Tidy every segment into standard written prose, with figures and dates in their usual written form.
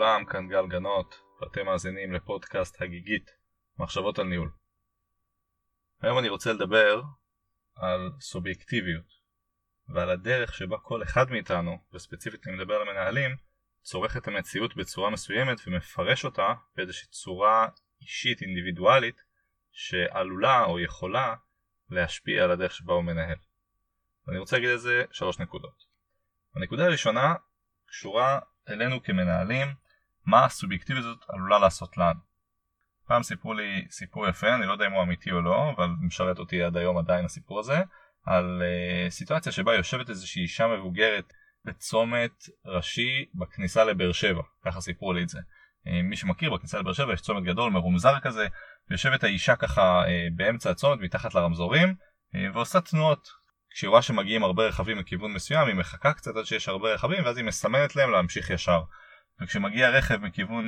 לכולם, כאן גל גנות, ואתם מאזינים לפודקאסט הגיגית, מחשבות על ניהול. היום אני רוצה לדבר על סובייקטיביות, ועל הדרך שבה כל אחד מאיתנו, וספציפית אני מדבר על המנהלים, צורך את המציאות בצורה מסוימת ומפרש אותה באיזושהי צורה אישית, אינדיבידואלית, שעלולה או יכולה להשפיע על הדרך שבה הוא מנהל. ואני רוצה להגיד לזה 3 נקודות. הנקודה הראשונה קשורה אלינו כמנהלים, מה הסובייקטיביות הזאת עלולה לעשות לנו. פעם סיפרו לי סיפור יפה, אני לא יודע אם הוא אמיתי או לא, אבל משרת אותי עד היום עדיין הסיפור הזה, על סיטואציה שבה יושבת איזושהי אישה מבוגרת בצומת ראשי בכניסה לבאר שבע, ככה סיפרו לי את זה. מי שמכיר, בכניסה לבאר שבע יש צומת גדול מרומזר כזה, ויושבת האישה ככה באמצע הצומת מתחת לרמזורים, ועושה תנועות. כשהיא רואה שמגיעים הרבה רכבים מכיוון מסוים, היא מחכה קצת עד שיש הרבה רכבים, ואז היא מסמנת להם להמשיך ישר. וכשמגיע רכב מכיוון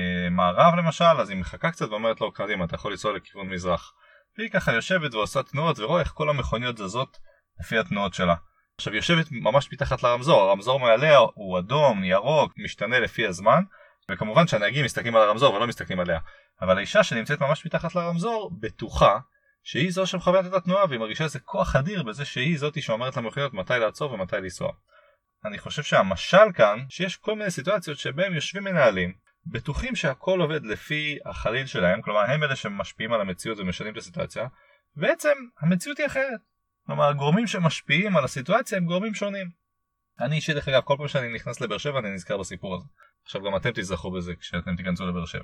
מערב למשל, אז היא מחכה קצת ואומרת לו, קדימה, אתה יכול לנסוע לכיוון מזרח. והיא ככה יושבת ועושה תנועות, ורואה איך כל המכוניות זזות לפי התנועות שלה. עכשיו, היא יושבת ממש מתחת לרמזור, הרמזור מעליה הוא אדום, ירוק, משתנה לפי הזמן, וכמובן שהנהגים מסתכלים על הרמזור ולא מסתכלים עליה. אבל האישה שנמצאת ממש מתחת לרמזור, בטוחה שהיא זו שמכוונת את התנועה, והיא מרגישה איזה כוח אדיר בזה שהיא זאתי שאומרת למכוניות מתי לעצור ומתי לנסוע. אני חושב שהמשל כאן, שיש כל מיני סיטואציות שבהם יושבים מנהלים, בטוחים שהכל עובד לפי החליל שלהם, כלומר הם אלה שמשפיעים על המציאות ומשנים את הסיטואציה, בעצם המציאות היא אחרת. כלומר הגורמים שמשפיעים על הסיטואציה הם גורמים שונים. אני אישית דרך אגב, כל פעם שאני נכנס לבאר שבע אני נזכר בסיפור הזה. עכשיו גם אתם תזכרו בזה כשאתם תיכנסו לבאר שבע.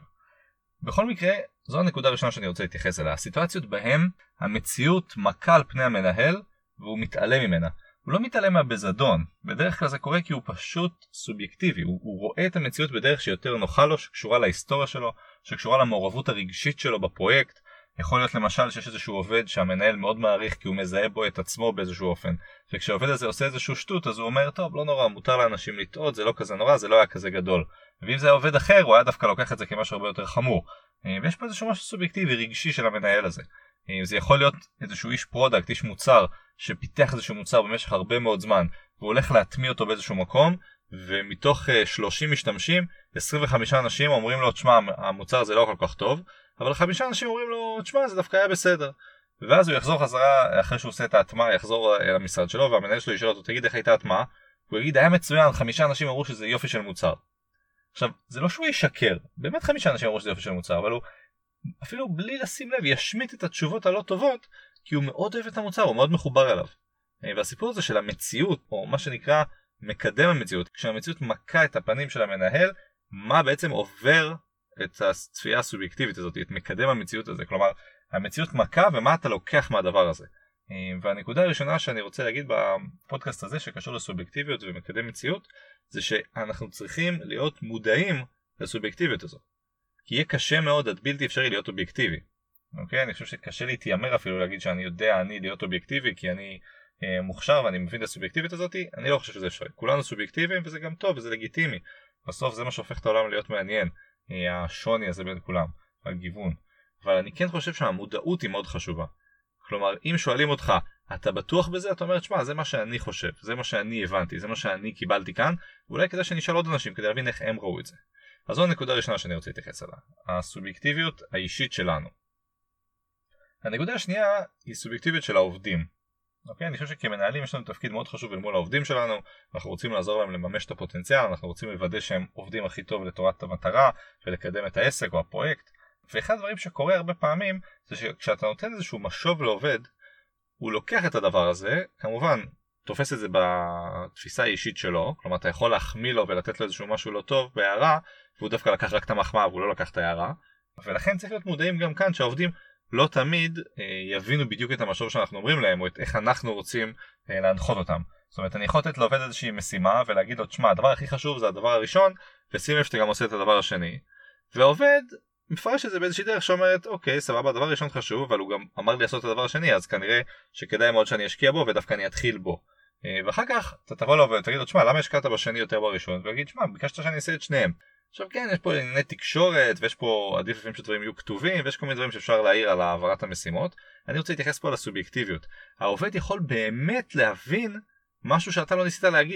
בכל מקרה, זו הנקודה הראשונה שאני רוצה להתייחס אליה. הסיטואציות בהן המציאות מכה על פני המנהל והוא מתעלם ממנה. הוא לא מתעלם מהבזדון. בדרך כלל זה קורה כי הוא פשוט סובייקטיבי. הוא רואה את המציאות בדרך שיותר נוחה לו, שקשורה להיסטוריה שלו, שקשורה למעורבות הרגשית שלו בפרויקט. יכול להיות למשל שיש איזשהו עובד שהמנהל מאוד מעריך כי הוא מזהה בו את עצמו באיזשהו אופן. וכשהעובד הזה עושה איזשהו שטות אז הוא אומר, טוב, לא נורא, מותר לאנשים לטעות, זה לא כזה נורא, זה לא היה כזה גדול. ואם זה עובד אחר, הוא היה דווקא לוקח את זה כמשהו הרבה יותר חמור. ויש פה איזשהו משהו סובייקטיבי, רגשי של המנהל הזה. זה יכול להיות איזשהו איש פרודקט, איש מוצר, שפיתח איזשהו מוצר במשך הרבה מאוד זמן, והוא הולך להטמיע אותו באיזשהו מקום, ומתוך 30 משתמשים, 25 אנשים אומרים לו, תשמע, המוצר זה לא כל כך טוב, אבל 5 אנשים אומרים לו, תשמע, זה דווקא היה בסדר. ואז הוא יחזור חזרה, אחרי שהוא עושה את ההטמעה, יחזור אל המשרד שלו, והמנהל שלו ישאל אותו, תגיד איך הייתה ההטמעה? הוא יגיד, היה מצוין, 5 אנשים אמרו שזה יופי של מוצר. עכשיו, זה לא שהוא ישקר, באמת 5 אנשים אמרו שזה יופי של מוצר, אבל הוא אפילו בלי לשים לב ישמיט את התשובות הלא טובות, כי הוא מאוד אוהב את המוצר, הוא מאוד מחובר אליו. והסיפור הזה של המציאות, או מה שנקרא מקדם המציאות, כשהמציאות מכה את הפנים של המנהל, מה בעצם עובר את הצפייה הסובייקטיבית הזאת, את מקדם המציאות הזה, כלומר, המציאות מכה ומה אתה לוקח מהדבר הזה. והנקודה הראשונה שאני רוצה להגיד בפודקאסט הזה שקשור לסובייקטיביות ומקדם מציאות, זה שאנחנו צריכים להיות מודעים לסובייקטיביות הזאת. כי יהיה קשה מאוד עד בלתי אפשרי להיות אובייקטיבי. אוקיי? אני חושב שקשה להתיימר אפילו להגיד שאני יודע להיות אובייקטיבי כי אני מוכשר ואני מבין את הסובייקטיביות הזאת. אני לא חושב שזה אפשרי. כולנו סובייקטיביים וזה גם טוב וזה לגיטימי. בסוף זה מה שהופך את העולם להיות מעניין. השוני הזה בין כולם, הגיוון. אבל אני כן חושב שהמודעות היא מאוד חשובה. כלומר, אם שואלים אותך, אתה בטוח בזה? אתה אומר, תשמע, זה מה שאני חושב, זה מה שאני הבנתי, זה מה שאני קיבלתי כאן, ואולי כדאי שנשאל עוד אנשים כדי להבין איך הם ראו את זה. אז זו הנקודה הראשונה שאני רוצה להתייחס עליה, הסובייקטיביות האישית שלנו. הנקודה השנייה היא סובייקטיביות של העובדים. אוקיי? אני חושב שכמנהלים יש לנו תפקיד מאוד חשוב אל מול העובדים שלנו, אנחנו רוצים לעזור להם לממש את הפוטנציאל, אנחנו רוצים לוודא שהם עובדים הכי טוב לתורת המטרה ולקדם את העסק או הפרויקט. ואחד הדברים שקורה הרבה פעמים זה שכשאתה נותן איזשהו משוב לעובד, הוא לוקח את הדבר הזה, כמובן תופס את זה בתפיסה האישית שלו, כלומר אתה יכול להחמיא לו ולתת לו איזשהו משהו לא טוב בהערה, והוא דווקא לקח רק את המחמאה והוא לא לקח את ההערה, ולכן צריך להיות מודעים גם כאן שהעובדים לא תמיד יבינו בדיוק את המשוב שאנחנו אומרים להם, או את איך אנחנו רוצים להנחות אותם. זאת אומרת, אני יכול לתת לעובד איזושהי משימה ולהגיד לו, תשמע, הדבר הכי חשוב זה הדבר הראשון, ושים לב שאתה גם עושה את הדבר השני. והעובד מפרש את זה באיזושהי דרך שאומרת, אוקיי, סבבה, הדבר הראשון חשוב, אבל הוא גם אמר לי לעשות את הדבר השני, אז כנראה שכדאי מאוד שאני אשקיע בו ודווקא אני אתחיל בו. ואחר כך אתה תבוא לו ותגיד לו, תשמע, למה השקעת בשני יותר בראשון? ויגיד, תשמע, ביקשת שאני אעשה את שניהם. עכשיו כן, יש פה ענייני תקשורת, ויש פה עדיף לפעמים שדברים יהיו כתובים, ויש כל מיני דברים שאפשר להעיר על העברת המשימות. אני רוצה להתייחס פה לסובייקטיביות. העובד יכול באמת להבין משהו שאתה לא ניסית להגיד.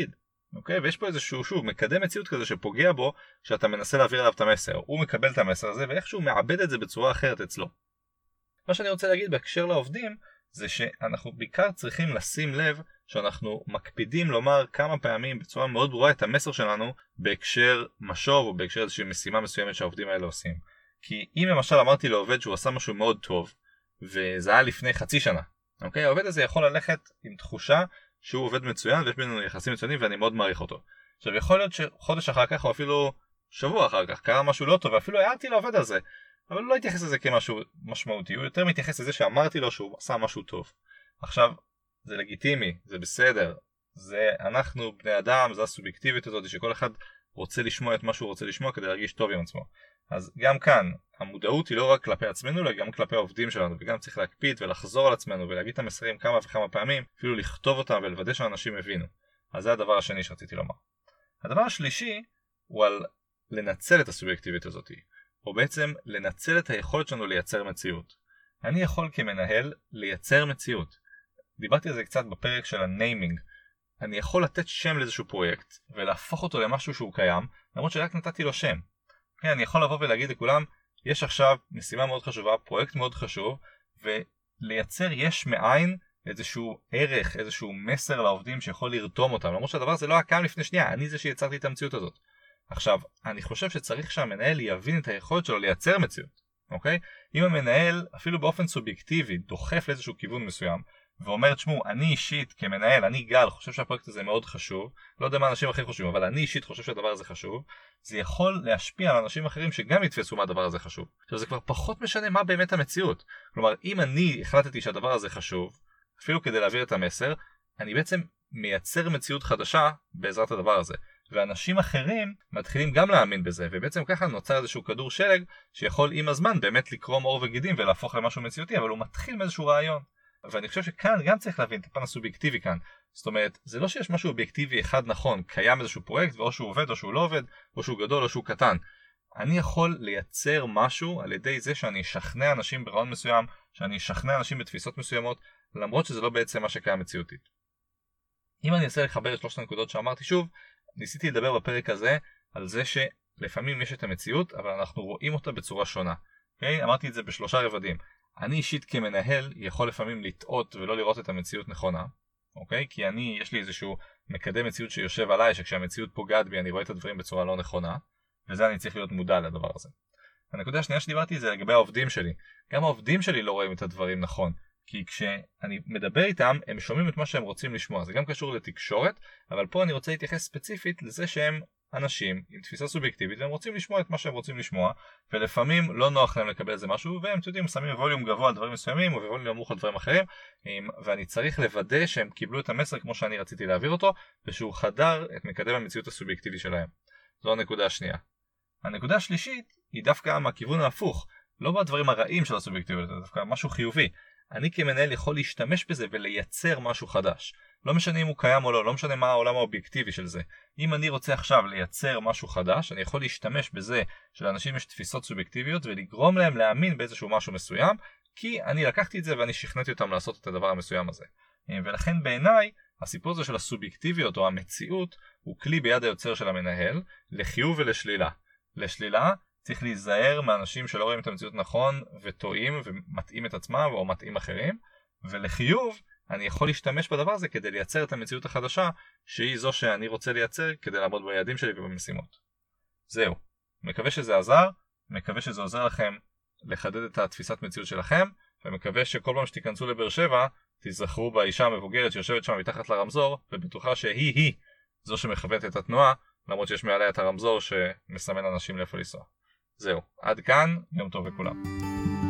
אוקיי? ויש פה איזשהו, שוב, מקדם מציאות כזה שפוגע בו כשאתה מנסה להעביר עליו את המסר. הוא מקבל את המסר הזה ואיכשהו מאבד את זה בצורה אחרת אצלו. מה שאני רוצה להגיד בהקשר לעובדים זה שאנחנו בעיקר צריכים לשים לב שאנחנו מקפידים לומר כמה פעמים בצורה מאוד ברורה את המסר שלנו בהקשר משוב או בהקשר איזושהי משימה מסוימת שהעובדים האלה עושים. כי אם למשל אמרתי לעובד שהוא עשה משהו מאוד טוב וזה היה לפני חצי שנה, אוקיי? העובד הזה יכול ללכת עם תחושה שהוא עובד מצוין ויש בינינו יחסים מצוינים ואני מאוד מעריך אותו. עכשיו יכול להיות שחודש אחר כך או אפילו שבוע אחר כך קרה משהו לא טוב ואפילו הערתי לעובד הזה, אבל הוא לא התייחס לזה כמשהו משמעותי, הוא יותר מתייחס לזה שאמרתי לו שהוא עשה משהו טוב. עכשיו, זה לגיטימי, זה בסדר, זה אנחנו בני אדם, זה הסובייקטיביות הזאת שכל אחד רוצה לשמוע את מה שהוא רוצה לשמוע כדי להרגיש טוב עם עצמו. אז גם כאן, המודעות היא לא רק כלפי עצמנו, אלא גם כלפי העובדים שלנו, וגם צריך להקפיד ולחזור על עצמנו ולהגיד את המסרים כמה וכמה פעמים, אפילו לכתוב אותם ולוודא שאנשים הבינו. אז זה הדבר השני שרציתי לומר. הדבר השלישי הוא על לנצל את הסובייקטיביות הזאת, או בעצם לנצל את היכולת שלנו לייצר מציאות. אני יכול כמנהל לייצר מציאות. דיברתי על זה קצת בפרק של הניימינג. אני יכול לתת שם לאיזשהו פרויקט ולהפוך אותו למשהו שהוא קיים, למרות שרק נתתי לו שם. אני יכול לבוא ולהגיד לכולם, יש עכשיו משימה מאוד חשובה, פרויקט מאוד חשוב, ולייצר יש מאין איזשהו ערך, איזשהו מסר לעובדים שיכול לרתום אותם, למרות שהדבר הזה לא היה קיים לפני שנייה, אני זה שיצרתי את המציאות הזאת. עכשיו, אני חושב שצריך שהמנהל יבין את היכולת שלו לייצר מציאות, אוקיי? אם המנהל, אפילו באופן סובייקטיבי, דוחף לאיזשהו כיוון מסוים, ואומר, תשמעו, אני אישית כמנהל, אני גל, חושב שהפרויקט הזה מאוד חשוב, לא יודע מה אנשים אחרים חושבים, אבל אני אישית חושב שהדבר הזה חשוב, זה יכול להשפיע על אנשים אחרים שגם יתפסו מה הדבר הזה חשוב. עכשיו, זה כבר פחות משנה מה באמת המציאות. כלומר, אם אני החלטתי שהדבר הזה חשוב, אפילו כדי להעביר את המסר, אני בעצם מייצר מציאות חדשה בעזרת הדבר הזה. ואנשים אחרים מתחילים גם להאמין בזה, ובעצם ככה נוצר איזשהו כדור שלג שיכול עם הזמן באמת לקרום עור וגידים ולהפוך למשהו מציאותי, אבל הוא מתחיל מאיזשהו רעיון. ואני חושב שכאן גם צריך להבין את הפן הסובייקטיבי כאן. זאת אומרת, זה לא שיש משהו אובייקטיבי אחד נכון, קיים איזשהו פרויקט ואו שהוא עובד או שהוא לא עובד, או שהוא גדול או שהוא קטן. אני יכול לייצר משהו על ידי זה שאני אשכנע אנשים ברעיון מסוים, שאני אשכנע אנשים בתפיסות מסוימות, למרות שזה לא בעצם מה שקיים מציאותית. אם אני אנסה לחבר את שלושת הנקודות שאמרתי שוב, ניסיתי לדבר בפרק הזה על זה שלפעמים יש את המציאות, אבל אנחנו רואים אותה בצורה שונה. Okay? אמרתי את זה בשלושה רבדים. אני אישית כמנהל יכול לפעמים לטעות ולא לראות את המציאות נכונה, אוקיי? כי יש לי איזשהו מקדם מציאות שיושב עליי, שכשהמציאות פוגעת בי אני רואה את הדברים בצורה לא נכונה, וזה אני צריך להיות מודע לדבר הזה. הנקודה השנייה שדיברתי זה לגבי העובדים שלי. גם העובדים שלי לא רואים את הדברים נכון, כי כשאני מדבר איתם הם שומעים את מה שהם רוצים לשמוע. זה גם קשור לתקשורת, אבל פה אני רוצה להתייחס ספציפית לזה שהם אנשים עם תפיסה סובייקטיבית והם רוצים לשמוע את מה שהם רוצים לשמוע, ולפעמים לא נוח להם לקבל איזה משהו, והם יודעים, שמים ווליום גבוה על דברים מסוימים וווליום נמוך על דברים אחרים, ואני צריך לוודא שהם קיבלו את המסר כמו שאני רציתי להעביר אותו, ושהוא חדר את מקדם המציאות הסובייקטיבי שלהם. זו הנקודה השנייה. הנקודה השלישית היא דווקא מהכיוון ההפוך, לא בדברים הרעים של הסובייקטיביות, זה דווקא משהו חיובי. אני כמנהל יכול להשתמש בזה ולייצר משהו חדש. לא משנה אם הוא קיים או לא, לא משנה מה העולם האובייקטיבי של זה. אם אני רוצה עכשיו לייצר משהו חדש, אני יכול להשתמש בזה שלאנשים יש תפיסות סובייקטיביות ולגרום להם להאמין באיזשהו משהו מסוים, כי אני לקחתי את זה ואני שכנעתי אותם לעשות את הדבר המסוים הזה. ולכן בעיניי, הסיפור הזה של הסובייקטיביות או המציאות הוא כלי ביד היוצר של המנהל לחיוב ולשלילה. לשלילה צריך להיזהר מאנשים שלא רואים את המציאות נכון וטועים ומתאים את עצמם או מתאים אחרים, ולחיוב אני יכול להשתמש בדבר הזה כדי לייצר את המציאות החדשה שהיא זו שאני רוצה לייצר כדי לעמוד ביעדים שלי ובמשימות. זהו, מקווה שזה עזר, מקווה שזה עוזר לכם לחדד את התפיסת מציאות שלכם, ומקווה שכל פעם שתיכנסו לבאר שבע תזכרו באישה המבוגרת שיושבת שם מתחת לרמזור ובטוחה שהיא זו שמכוונת את התנועה, למרות שיש מעליה את הרמזור שמסמן אנשים לאיפה לנסוע. זהו, עד כאן, יום טוב לכולם.